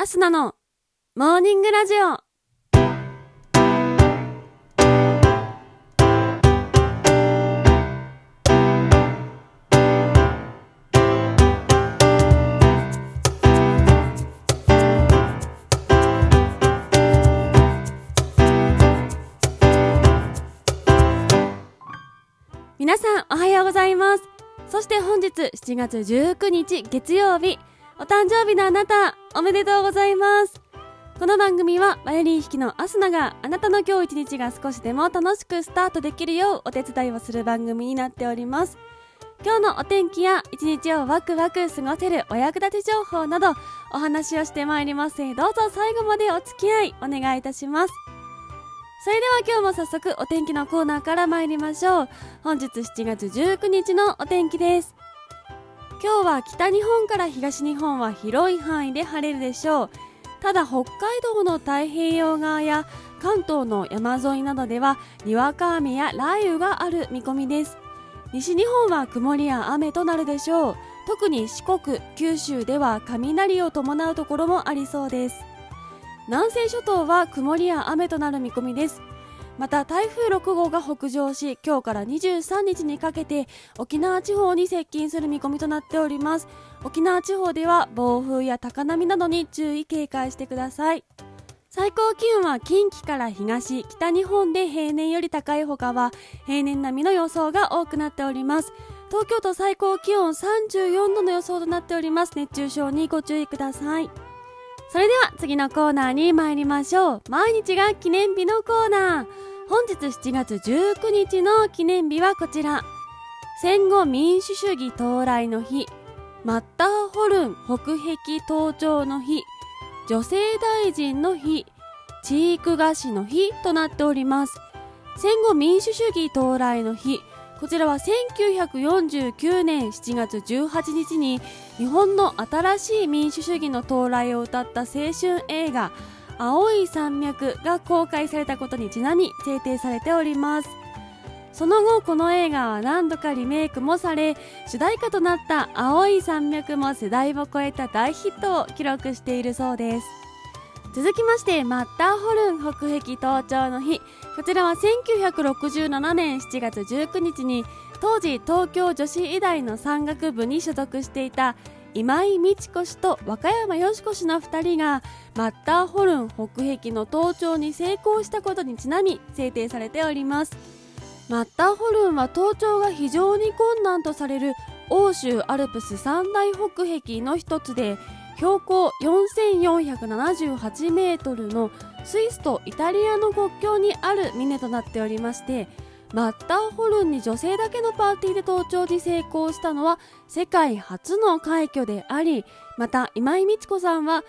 アスナのモーニングラジオ。皆さんおはようございます。そして本日7月19日月曜日、お誕生日のあなたおめでとうございます。この番組はバイオリン弾きのアスナがあなたの今日一日が少しでも楽しくスタートできるようお手伝いをする番組になっております。今日のお天気や一日をワクワク過ごせるお役立ち情報などお話をしてまいりますので、どうぞ最後までお付き合いお願いいたします。それでは今日も早速お天気のコーナーから参りましょう。本日7月19日のお天気です。今日は北日本から東日本は広い範囲で晴れるでしょう。ただ北海道の太平洋側や関東の山沿いなどではにわか雨や雷雨がある見込みです。西日本は曇りや雨となるでしょう。特に四国、九州では雷を伴うところもありそうです。南西諸島は曇りや雨となる見込みです。また台風6号が北上し、今日から23日にかけて沖縄地方に接近する見込みとなっております。沖縄地方では暴風や高波などに注意警戒してください。最高気温は近畿から東、北日本で平年より高い他は平年並みの予想が多くなっております。東京都最高気温34度の予想となっております。熱中症にご注意ください。それでは次のコーナーに参りましょう。毎日が記念日のコーナー。本日7月19日の記念日はこちら。戦後民主主義到来の日、マッターホルン北壁登頂の日、女性大臣の日、チーク菓子の日となっております。戦後民主主義到来の日、こちらは1949年7月18日に日本の新しい民主主義の到来を歌った青春映画青い山脈が公開されたことにちなみ制定されております。その後この映画は何度かリメイクもされ、主題歌となった青い山脈も世代を超えた大ヒットを記録しているそうです。続きましてマッターホルン北壁登頂の日、こちらは1967年7月19日に当時東京女子医大の山岳部に所属していた今井美智子氏と若山佳子氏の2人がマッターホルン北壁の登頂に成功したことにちなみ制定されております。マッターホルンは登頂が非常に困難とされる欧州アルプス三大北壁の一つで、標高4478メートルのスイスとイタリアの国境にある峰となっておりまして、マッターホルンに女性だけのパーティーで登頂に成功したのは世界初の快挙であり、また今井美智子さんは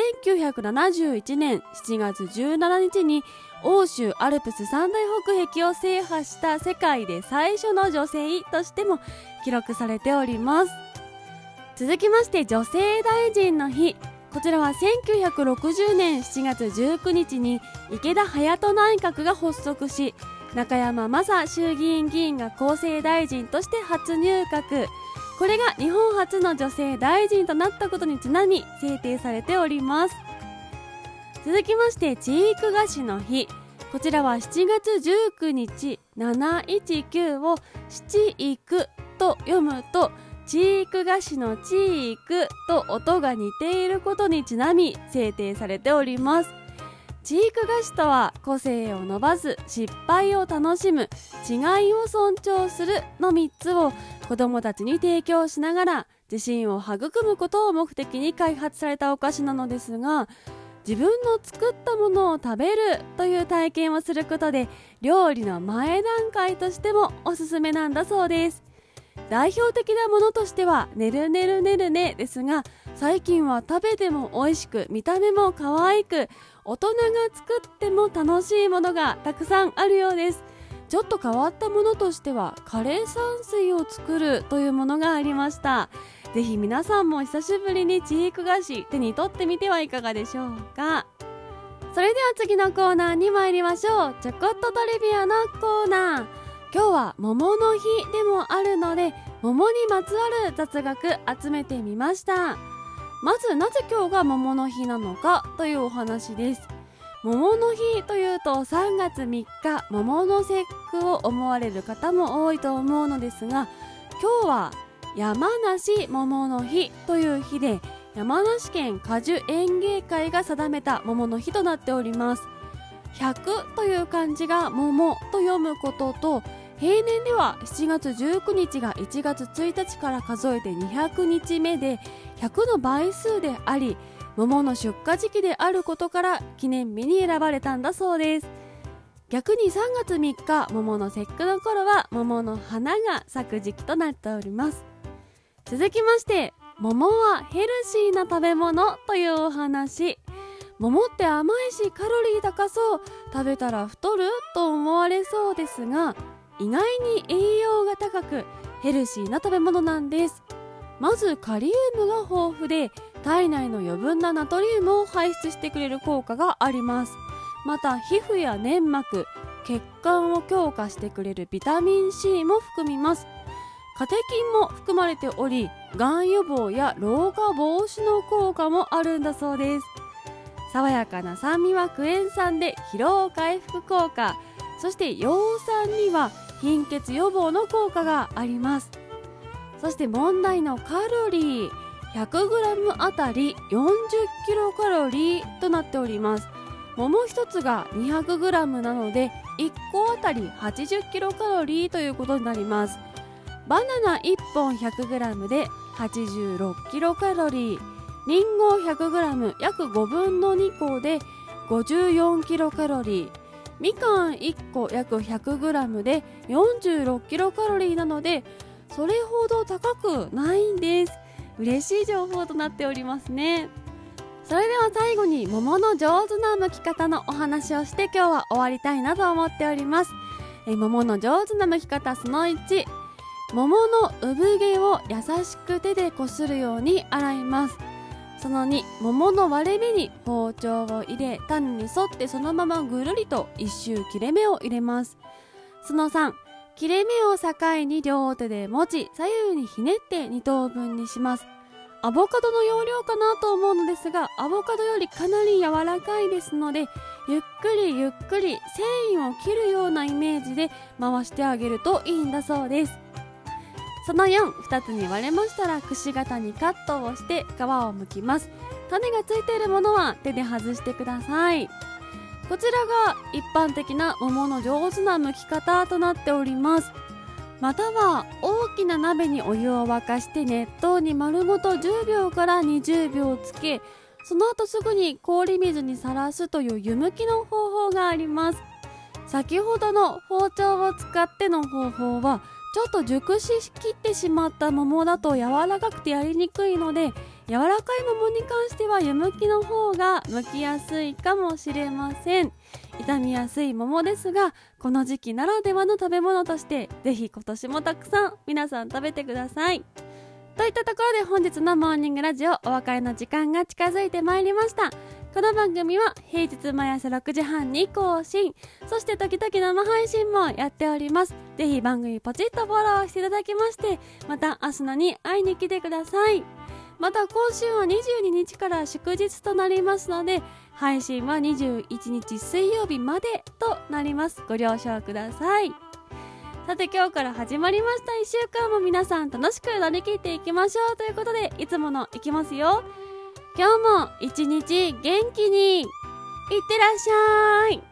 1971年7月17日に欧州アルプス三大北壁を制覇した世界で最初の女性としても記録されております。続きまして女性大臣の日、こちらは1960年7月19日に池田隼人内閣が発足し、中山雅衆議院議員が厚生大臣として初入閣。これが日本初の女性大臣となったことにちなみ制定されております。続きましてチーク菓子の日、こちらは7月19日719を七育と読むとチーク菓子のチークと音が似ていることにちなみ制定されております。チーク菓子とは個性を伸ばす、失敗を楽しむ、違いを尊重するの3つを子どもたちに提供しながら自信を育むことを目的に開発されたお菓子なのですが、自分の作ったものを食べるという体験をすることで料理の前段階としてもおすすめなんだそうです。代表的なものとしてはねるねるねるねですが、最近は食べても美味しく見た目も可愛く大人が作っても楽しいものがたくさんあるようです。ちょっと変わったものとしてはカレー山水を作るというものがありました。ぜひ皆さんも久しぶりにチーク菓子手に取ってみてはいかがでしょうか。それでは次のコーナーに参りましょう。ちょこっとトリビアのコーナー。今日は桃の日でもあるので桃にまつわる雑学集めてみました。 まずなぜ今日が桃の日なのかというお話です。桃の日というと3月3日桃の節句を思われる方も多いと思うのですが、今日は山梨桃の日という日で、山梨県果樹園芸会が定めた桃の日となっております。100という漢字が桃と読むことと、平年では7月19日が1月1日から数えて200日目で100の倍数であり、桃の出荷時期であることから記念日に選ばれたんだそうです。逆に3月3日桃の節句の頃は桃の花が咲く時期となっております。続きまして、桃はヘルシーな食べ物というお話。桃って甘いしカロリー高そう、食べたら太ると思われそうですが、意外に栄養が高くヘルシーな食べ物なんです。まずカリウムが豊富で、体内の余分なナトリウムを排出してくれる効果があります。また皮膚や粘膜、血管を強化してくれるビタミン C も含みます。カテキンも含まれており、がん予防や老化防止の効果もあるんだそうです。爽やかな酸味はクエン酸で疲労回復効果、そして葉酸には貧血予防の効果があります。そして問題のカロリー、100g あたり 40kcal となっております。桃1つが 200g なので1個あたり 80kcal ということになります。バナナ1本 100g で 86kcal、 リンゴ 100g 約5分の2個で 54kcal、 みかん1個約 100g で 46kcal なので、それほど高くないんです。嬉しい情報となっておりますね。それでは最後に桃の上手な剥き方のお話をして今日は終わりたいなと思っております。桃の上手な剥き方その1、桃の産毛を優しく手でこするように洗います。その2、桃の割れ目に包丁を入れ、種に沿ってそのままぐるりと一周切れ目を入れます。その3、切れ目を境に両手で持ち、左右にひねって2等分にします。アボカドの要領かなと思うのですが、アボカドよりかなり柔らかいですので、ゆっくりゆっくり繊維を切るようなイメージで回してあげるといいんだそうです。その4、2つに割れましたらくし形にカットをして皮を剥きます。種がついているものは手で外してください。こちらが一般的な桃の上手な剥き方となっております。または大きな鍋にお湯を沸かして熱湯に丸ごと10秒から20秒つけ、その後すぐに氷水にさらすという湯むきの方法があります。先ほどの包丁を使っての方法はちょっと熟しきってしまった桃だと柔らかくてやりにくいので、柔らかい桃に関しては湯むきの方が剥きやすいかもしれません。傷みやすい桃ですが、この時期ならではの食べ物としてぜひ今年もたくさん皆さん食べてください。といったところで本日のモーニングラジオお別れの時間が近づいてまいりました。この番組は平日毎朝6時半に更新、そして時々生配信もやっております。ぜひ番組ポチッとフォローしていただきまして、また明日のに会いに来てください。また今週は22日から祝日となりますので、配信は21日水曜日までとなります。ご了承ください。さて今日から始まりました1週間も皆さん楽しく乗り切っていきましょうということで、いつものいきますよ。今日も一日元気にいってらっしゃい。